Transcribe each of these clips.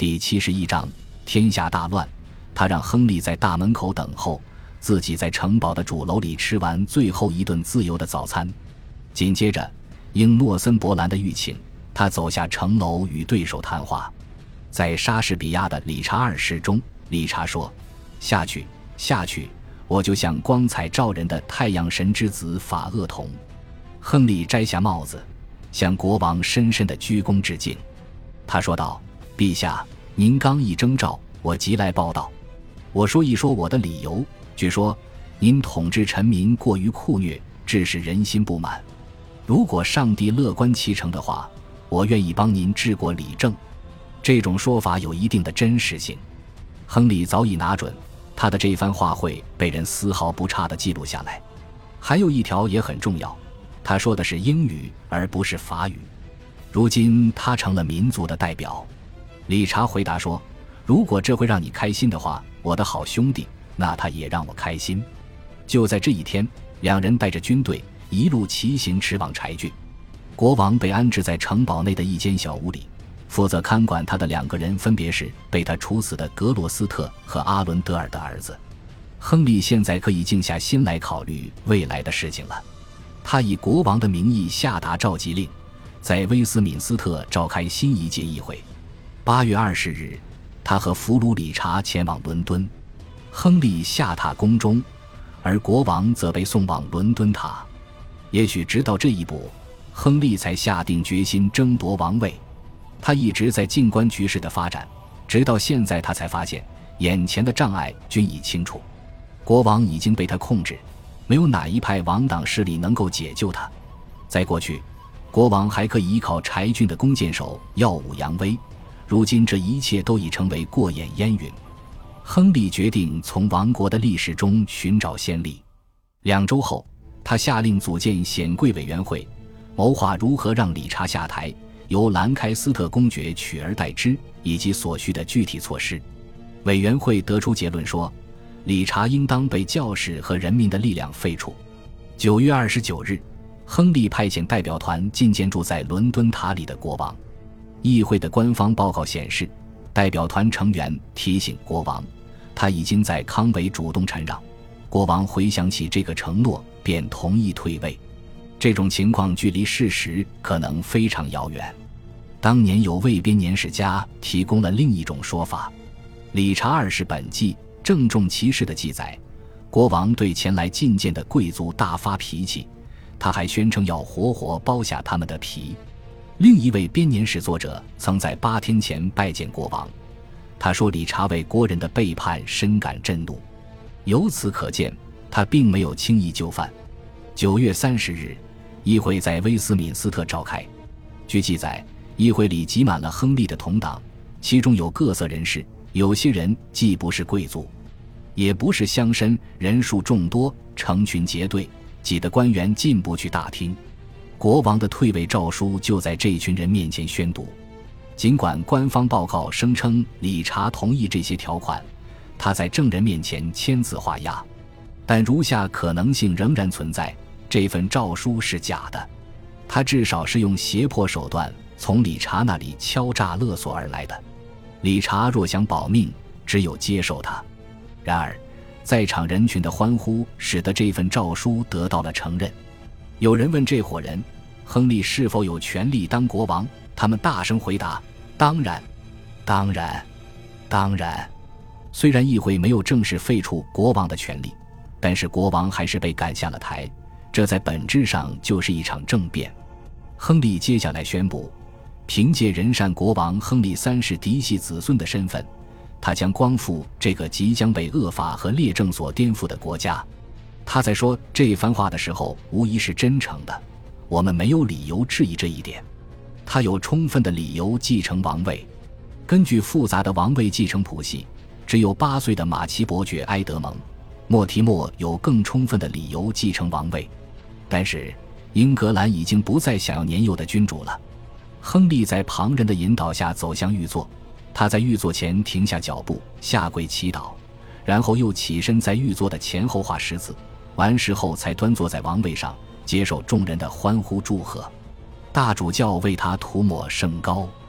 第71章天下大乱。他让亨利在大门口等候，自己在城堡的主楼里吃完最后一顿自由的早餐。紧接着应诺森伯兰的预请，他走下城楼与对手谈话。在莎士比亚的理查二世中，理查说：下去，下去，我就像光彩照人的太阳神之子法厄同。亨利摘下帽子，向国王深深地鞠躬致敬。他说道：陛下，您刚一征召，我即来报道。我说一说我的理由。据说您统治臣民过于酷虐，致使人心不满。如果上帝乐观其成的话，我愿意帮您治国理政。这种说法有一定的真实性。亨利早已拿准，他的这番话会被人丝毫不差地记录下来。还有一条也很重要，他说的是英语而不是法语。如今他成了民族的代表。理查回答说：如果这会让你开心的话，我的好兄弟，那他也让我开心。就在这一天，两人带着军队一路骑行驰往柴郡。国王被安置在城堡内的一间小屋里，负责看管他的2个人分别是被他处死的格罗斯特和阿伦德尔的儿子。亨利现在可以静下心来考虑未来的事情了。他以国王的名义下达召集令，在威斯敏斯特召开新一届议会。8月20日，他和俘虏理查前往伦敦。亨利下榻宫中，而国王则被送往伦敦塔。也许直到这一步，亨利才下定决心争夺王位。他一直在静观局势的发展，直到现在他才发现眼前的障碍均已清楚。国王已经被他控制，没有哪一派王党势力能够解救他。在过去，国王还可以依靠柴郡的弓箭手耀武扬威，如今这一切都已成为过眼烟云。亨利决定从王国的历史中寻找先例。2周后，他下令组建显贵委员会，谋划如何让理查下台，由兰开斯特公爵取而代之，以及所需的具体措施。委员会得出结论说，理查应当被教士和人民的力量废除。9月29日，亨利派遣代表团觐见住在伦敦塔里的国王。议会的官方报告显示，代表团成员提醒国王，他已经在康维主动禅让。国王回想起这个承诺，便同意退位。这种情况距离事实可能非常遥远。当年有位编年史家提供了另一种说法。理查二世本纪郑重其事地记载，国王对前来觐见的贵族大发脾气，他还宣称要活活剥下他们的皮。另一位编年史作者曾在8天前拜见国王，他说理查为国人的背叛深感震怒。由此可见，他并没有轻易就范。9月30日，议会在威斯敏斯特召开。据记载，议会里挤满了亨利的同党，其中有各色人士，有些人既不是贵族，也不是乡绅，人数众多，成群结队，挤得官员进不去大厅。国王的退位诏书就在这群人面前宣读。尽管官方报告声称理查同意这些条款，他在证人面前签字画押，但如下可能性仍然存在：这份诏书是假的，他至少是用胁迫手段从理查那里敲诈勒索而来的。理查若想保命，只有接受它。然而，在场人群的欢呼使得这份诏书得到了承认。有人问这伙人，亨利是否有权利当国王？他们大声回答：当然，当然，当然。虽然议会没有正式废除国王的权利，但是国王还是被赶下了台，这在本质上就是一场政变。亨利接下来宣布，凭借仁善国王亨利3世嫡系子孙的身份，他将光复这个即将被恶法和列政所颠覆的国家。他在说这番话的时候无疑是真诚的，我们没有理由质疑这一点。他有充分的理由继承王位。根据复杂的王位继承谱系，只有8岁的马奇伯爵埃德蒙·莫提莫有更充分的理由继承王位。但是英格兰已经不再想要年幼的君主了。亨利在旁人的引导下走向御座，他在御座前停下脚步，下跪祈祷，然后又起身在御座的前后画十字，完事后才端坐在王位上，接受众人的欢呼祝贺。大主教为他涂抹圣膏。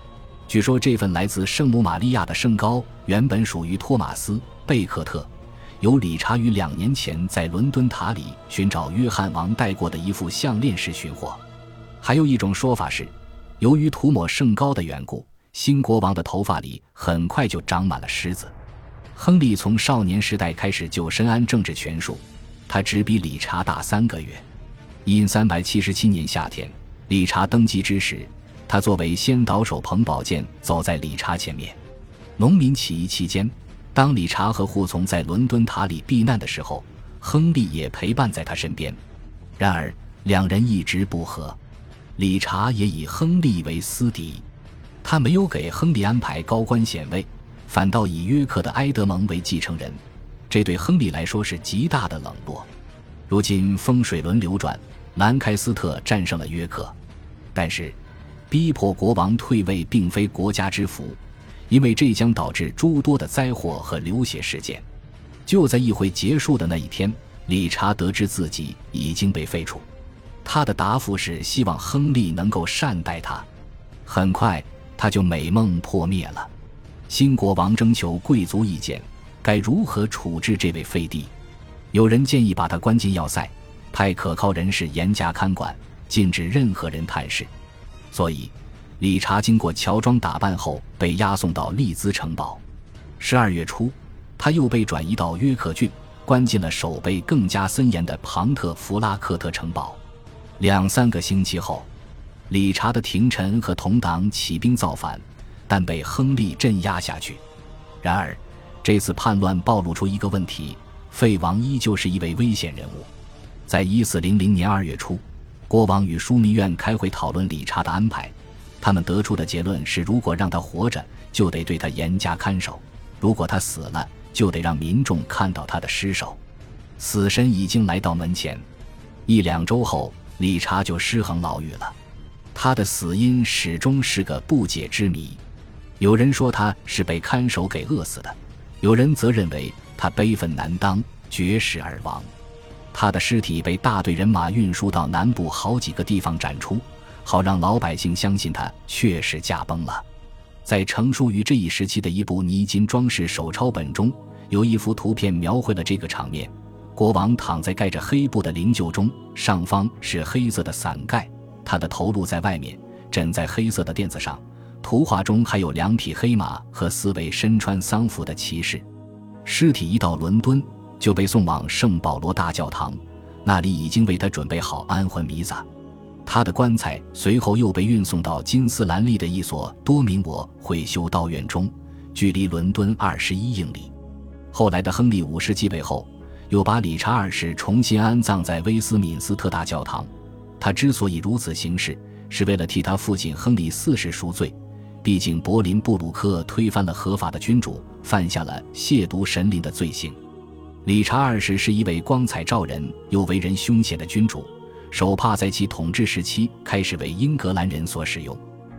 据说这份来自圣母玛利亚的圣膏原本属于托马斯·贝克特，由理查于2年前在伦敦塔里寻找约翰王戴过的一副项链时寻获。还有一种说法是，由于涂抹圣膏的缘故，新国王的头发里很快就长满了虱子。亨利从少年时代开始就深谙政治权术，他只比理查大3个月。因377年夏天，理查登基之时，他作为先导手捧宝剑走在理查前面。农民起义期间，当理查和护从在伦敦塔里避难的时候，亨利也陪伴在他身边。然而两人一直不和，理查也以亨利为私敌，他没有给亨利安排高官显位，反倒以约克的埃德蒙为继承人，这对亨利来说是极大的冷落。如今风水轮流转，兰开斯特战胜了约克，但是逼迫国王退位并非国家之福，因为这将导致诸多的灾祸和流血事件。就在议会结束的那一天，理查得知自己已经被废除，他的答复是希望亨利能够善待他。很快他就美梦破灭了。新国王征求贵族意见，该如何处置这位废帝？有人建议把他关进要塞，派可靠人士严加看管，禁止任何人探视。所以理查经过乔装打扮后被押送到利兹城堡。12月初，他又被转移到约克郡，关进了守备更加森严的庞特弗拉克特城堡。2-3个星期后，理查的廷臣和同党起兵造反，但被亨利镇压下去。然而这次叛乱暴露出一个问题，废王依旧是一位危险人物。在1400年2月初，国王与枢密院开会讨论理查的安排，他们得出的结论是，如果让他活着，就得对他严加看守；如果他死了，就得让民众看到他的尸首。死神已经来到门前，1-2周后，理查就失衡牢狱了。他的死因始终是个不解之谜。有人说他是被看守给饿死的，有人则认为他悲愤难当，绝食而亡。他的尸体被大队人马运输到南部好几个地方展出，好让老百姓相信他确实驾崩了。在成书于这一时期的一部泥金装饰手抄本中，有一幅图片描绘了这个场面：国王躺在盖着黑布的灵柩中，上方是黑色的伞盖，他的头露在外面，枕在黑色的垫子上。图画中还有2匹黑马和4位身穿丧服的骑士。尸体一到伦敦，就被送往圣保罗大教堂，那里已经为他准备好安魂弥撒。他的棺材随后又被运送到金斯兰利的一所多明我会修道院中，距离伦敦21英里。后来的亨利5世继位后，又把理查2世重新安葬在威斯敏斯特大教堂。他之所以如此行事，是为了替他父亲亨利4世赎罪。毕竟柏林布鲁克推翻了合法的君主，犯下了亵渎神灵的罪行。理查2世是一位光彩照人又为人凶险的君主，手帕在其统治时期开始为英格兰人所使用。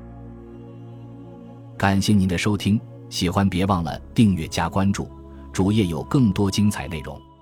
感谢您的收听，喜欢别忘了订阅加关注，主页有更多精彩内容。